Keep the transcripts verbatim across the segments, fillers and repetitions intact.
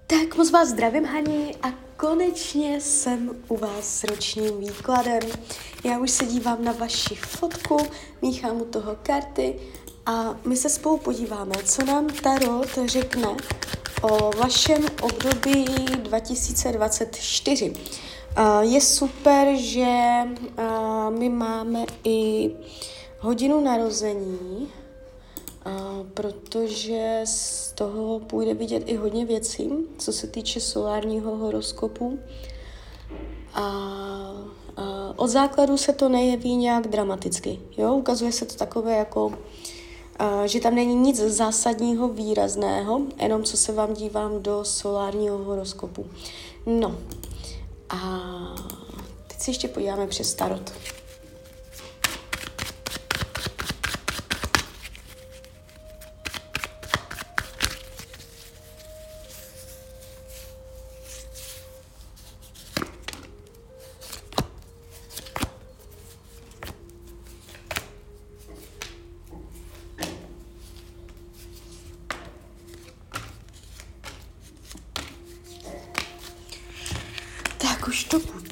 Tak moc vás zdravím, Hani, a konečně jsem u vás s ročním výkladem. Já už se dívám na vaši fotku, míchám u toho karty a my se spolu podíváme, co nám Tarot řekne o vašem období dva tisíce dvacet čtyři. Je super, že my máme i hodinu narození, Uh, protože z toho půjde vidět i hodně věcí, co se týče solárního horoskopu. A uh, od základu se to nejeví nějak dramaticky. Jo? Ukazuje se to takové jako, uh, že tam není nic zásadního, výrazného, jenom co se vám dívám do solárního horoskopu. No a teď se ještě podíváme přes Tarot. Tak už to bude.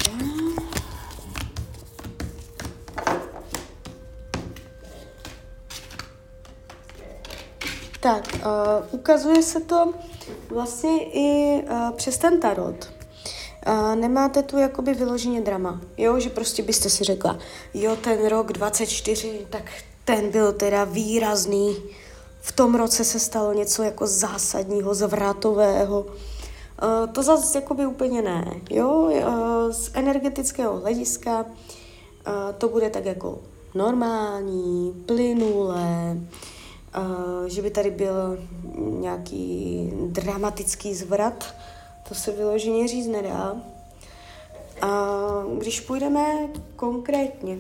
Tak, uh, ukazuje se to vlastně i uh, přes ten tarot. Uh, nemáte tu jakoby vyloženě drama, jo, že prostě byste si řekla, jo, ten rok dvacet čtyři, tak ten byl teda výrazný. V tom roce se stalo něco jako zásadního, zvratového. Uh, to zase jakoby úplně ne, jo, uh, z energetického hlediska uh, to bude tak jako normální, plynulé, uh, že by tady byl nějaký dramatický zvrat, to se vyloženě říct nedá. A když půjdeme konkrétně,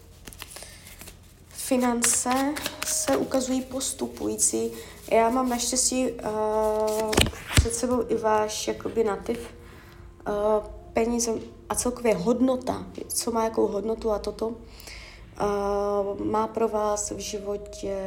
finance se ukazují postupující. Já mám naštěstí uh, před sebou i váš jakoby nativ uh, peníze a celkově hodnota, co má jakou hodnotu a toto, uh, má pro vás v životě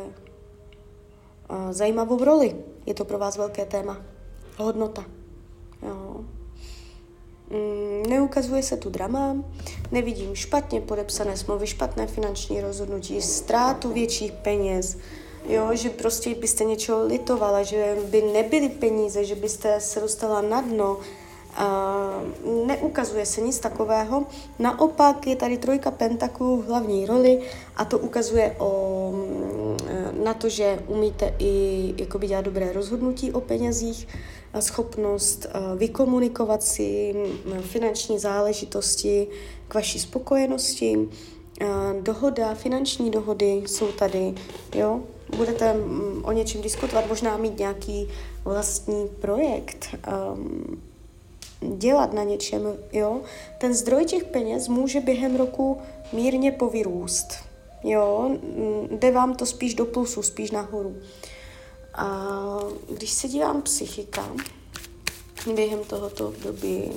uh, zajímavou roli. Je to pro vás velké téma. Hodnota. Jo. Mm, neukazuje se tu drama, nevidím špatně podepsané smlouvy, špatné finanční rozhodnutí, ztrátu větších peněz, jo, že prostě byste něčeho litovala, že by nebyly peníze, že byste se dostala na dno. Uh, neukazuje se nic takového, naopak je tady trojka pentaklů v hlavní roli a to ukazuje o, na to, že umíte i jakoby dělat dobré rozhodnutí o penězích, schopnost uh, vykomunikovat si finanční záležitosti k vaší spokojenosti, uh, dohoda, finanční dohody jsou tady, jo, budete um, o něčem diskutovat, možná mít nějaký vlastní projekt, um, dělat na něčem, jo. Ten zdroj těch peněz může během roku mírně povyrůst, jo. Jde vám to spíš do plusu, spíš nahoru. A když se dívám psychika během tohoto období,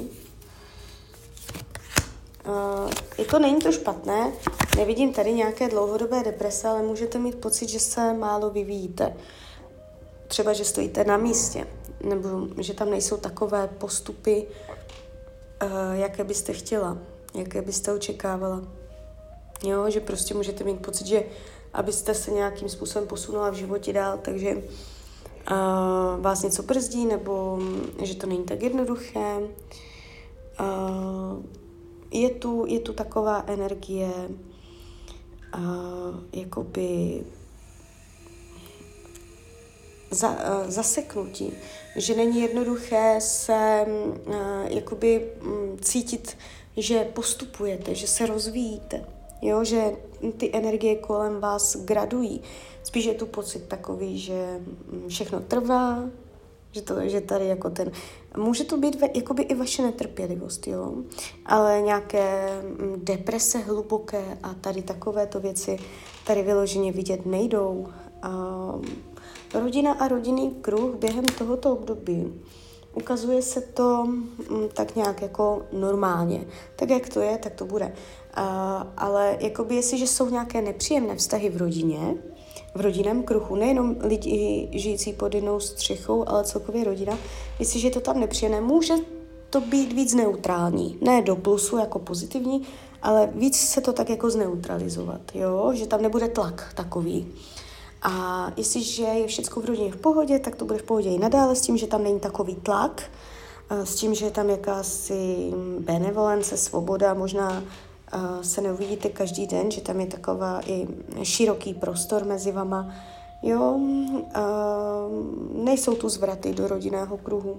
uh, jako není to špatné, nevidím tady nějaké dlouhodobé deprese, ale můžete mít pocit, že se málo vyvíjíte. Třeba, že stojíte na místě, nebo že tam nejsou takové postupy, uh, jaké byste chtěla, jaké byste očekávala. Jo, že prostě můžete mít pocit, že abyste se nějakým způsobem posunula v životě dál, takže uh, vás něco brzdí, nebo že to není tak jednoduché. Uh, je tu, je tu taková energie uh, jakoby Za, uh, zaseknutí, že není jednoduché se uh, jakoby um, cítit, že postupujete, že se rozvíjíte, jo, že ty energie kolem vás gradují. Spíš je tu pocit takový, že všechno trvá, že, to, že tady jako ten... Může to být ve, jakoby i vaše netrpělivost, jo, ale nějaké deprese hluboké a tady takovéto věci tady vyloženě vidět nejdou. Um, Rodina a rodinný kruh během tohoto období. Ukazuje se to mm, tak nějak jako normálně. Tak jak to je, tak to bude. Uh, ale jakoby jestliže jsou nějaké nepříjemné vztahy v rodině, v rodinném kruhu, nejenom lidi žijící pod jednou střechou, ale celkově rodina, jestliže to tam nepříjemné, může to být víc neutrální, ne do plusu jako pozitivní, ale víc se to tak jako zneutralizovat, jo? Že tam nebude tlak takový. A jestliže je všechno v rodině v pohodě, tak to bude v pohodě i nadále s tím, že tam není takový tlak, s tím, že je tam jakási benevolence, svoboda, možná uh, se neuvidíte každý den, že tam je taková i široký prostor mezi vama. Jo, uh, nejsou tu zvraty do rodinného kruhu.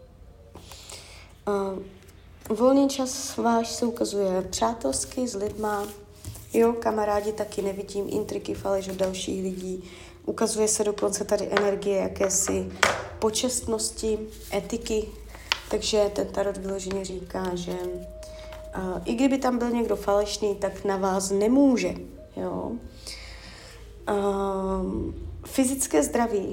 Uh, volný čas váš se ukazuje přátelsky s lidma, jo, kamarádi taky nevidím, intriky, faleš od dalších lidí. Ukazuje se dokonce tady energie jakési počestnosti, etiky, takže ten tarot vyloženě říká, že uh, i kdyby tam byl někdo falešný, tak na vás nemůže. Jo? Uh, fyzické zdraví.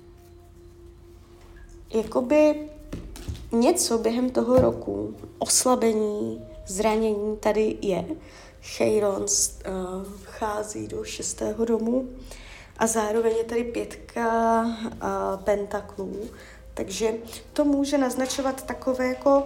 Jakoby něco během toho roku, oslabení, zranění tady je. Chiron uh, vchází do šestého domu a zároveň je tady pětka uh, pentaklů. Takže to může naznačovat takové jako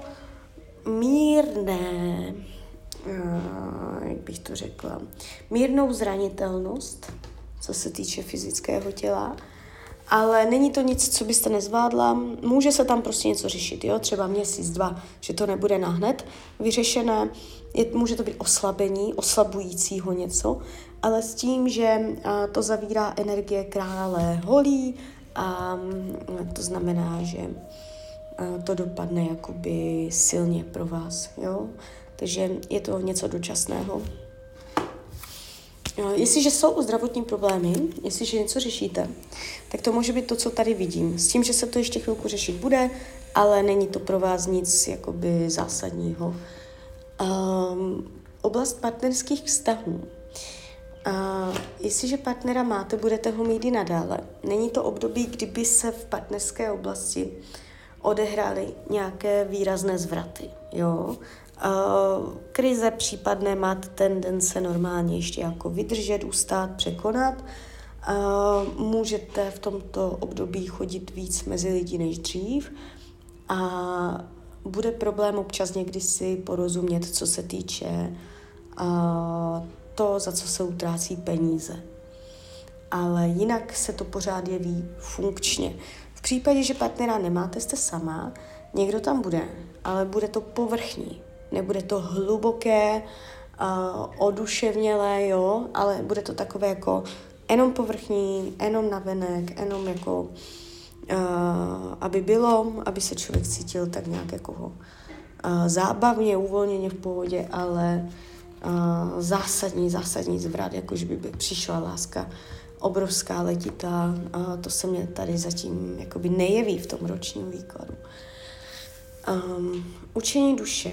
mírné, jak bych to řekla, mírnou zranitelnost, co se týče fyzického těla, ale není to nic, co byste nezvládla. Může se tam prostě něco řešit, jo? Třeba měsíc, dva, že to nebude nahned vyřešené. Je, může to být oslabení, oslabujícího něco, ale s tím, že a, to zavírá energie krále holí, a to znamená, že to dopadne jakoby silně pro vás, jo? Takže je to něco dočasného. Jestliže jsou zdravotní problémy, jestliže něco řešíte, tak to může být to, co tady vidím. S tím, že se to ještě chvilku řešit bude, ale není to pro vás nic jakoby zásadního. Um, oblast partnerských vztahů. A jestliže partnera máte, budete ho mít i nadále. Není to období, kdyby se v partnerské oblasti odehrály nějaké výrazné zvraty. Jo? A krize případné máte tendence normálně ještě jako vydržet, ustát, překonat. A můžete v tomto období chodit víc mezi lidi než dřív. A bude problém občas někdy si porozumět, co se týče a to, za co se utrácí peníze. Ale jinak se to pořád jeví funkčně. V případě, že partnera nemáte, jste sama, někdo tam bude, ale bude to povrchní. Nebude to hluboké, uh, oduševnělé, jo, ale bude to takové jako jenom povrchní, jenom navenek, jenom jako, uh, aby bylo, aby se člověk cítil tak nějak jako uh, zábavně, uvolněně v pohodě, ale Uh, zásadní, zásadní zvrat, jakož by, by přišla láska obrovská, letitá. Uh, to se mě tady zatím jakoby nejeví v tom ročním výkladu. Um, učení duše.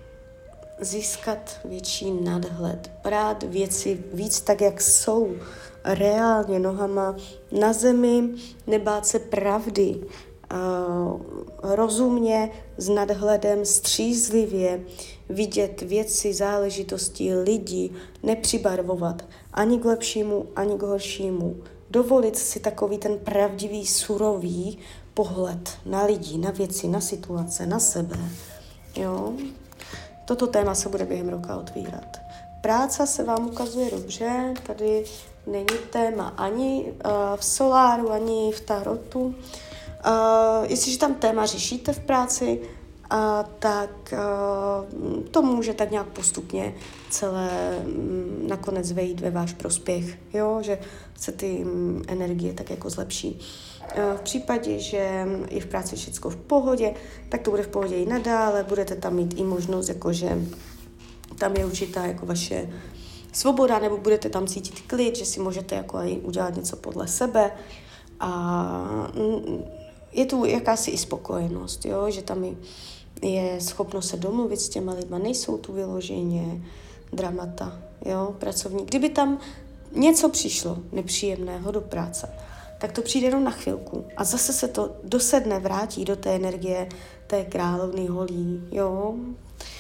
Získat větší nadhled. Brát věci víc tak, jak jsou. Reálně nohama na zemi, nebát se pravdy. Uh, rozumně, s nadhledem, střízlivě vidět věci, záležitosti, lidi, nepřibarvovat ani k lepšímu, ani k horšímu. Dovolit si takový ten pravdivý, surový pohled na lidi, na věci, na situace, na sebe. Jo? Toto téma se bude během roka otvírat. Práce se vám ukazuje dobře, tady není téma ani uh, v soláru, ani v tarotu. Uh, jestliže tam téma řešíte v práci, uh, tak uh, to může tak nějak postupně celé um, nakonec vejít ve váš prospěch, jo? Že se ty um, energie tak jako zlepší. Uh, v případě, že je v práci všechno v pohodě, tak to bude v pohodě i nadále, budete tam mít i možnost, jakože tam je určitá jako vaše svoboda, nebo budete tam cítit klid, že si můžete jako i udělat něco podle sebe a um, je tu jakási i spokojenost, jo? Že tam je schopnost se domluvit s těma lidma, nejsou tu vyloženě dramata, jo? Pracovní. Kdyby tam něco přišlo nepříjemného do práce, tak to přijde jenom na chvilku a zase se to dosedne, vrátí do té energie té královny holí, jo?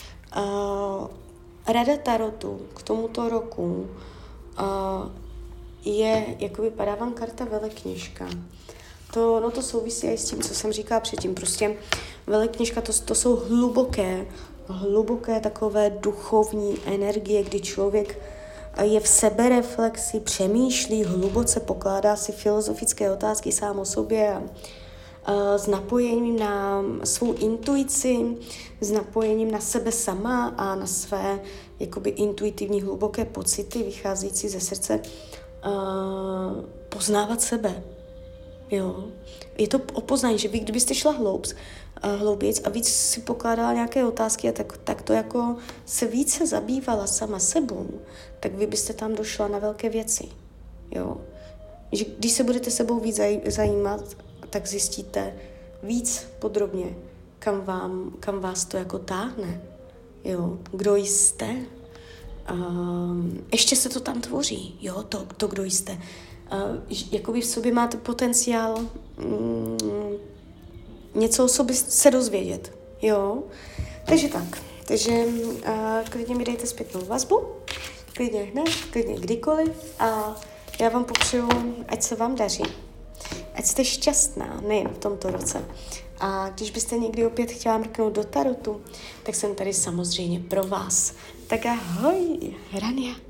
Uh, rada tarotu k tomuto roku. Uh, je, jako vypadá vám karta velekněžka. To, no to souvisí i s tím, co jsem říkala předtím. Prostě velekněžka, to, to jsou hluboké, hluboké takové duchovní energie, kdy člověk je v sebereflexi, přemýšlí, hluboce pokládá si filozofické otázky sám o sobě a, a s napojením na svou intuici, s napojením na sebe sama a na své jakoby intuitivní hluboké pocity vycházející ze srdce a, poznávat sebe. Jo. Je to o poznání, že vy, kdybyste šla hloubs, hloubějc a víc si pokládala nějaké otázky a tak, tak to jako se více zabývala sama sebou, tak vy byste tam došla na velké věci. Jo. Že když se budete sebou víc zajímat, tak zjistíte víc podrobně, kam, vám, kam vás to jako táhne. Jo. Kdo jste? Um, ještě se to tam tvoří, jo, to, to kdo jste. Uh, jakoby v sobě máte potenciál um, něco o sobě se dozvědět, jo. Takže tak, takže uh, klidně mi dejte zpětnou vazbu, klidně hned, klidně kdykoliv a já vám popřeju, ať se vám daří, ať jste šťastná, nejen v tomto roce. A když byste někdy opět chtěla mrknout do tarotu, tak jsem tady samozřejmě pro vás. Tak ahoj, Rania.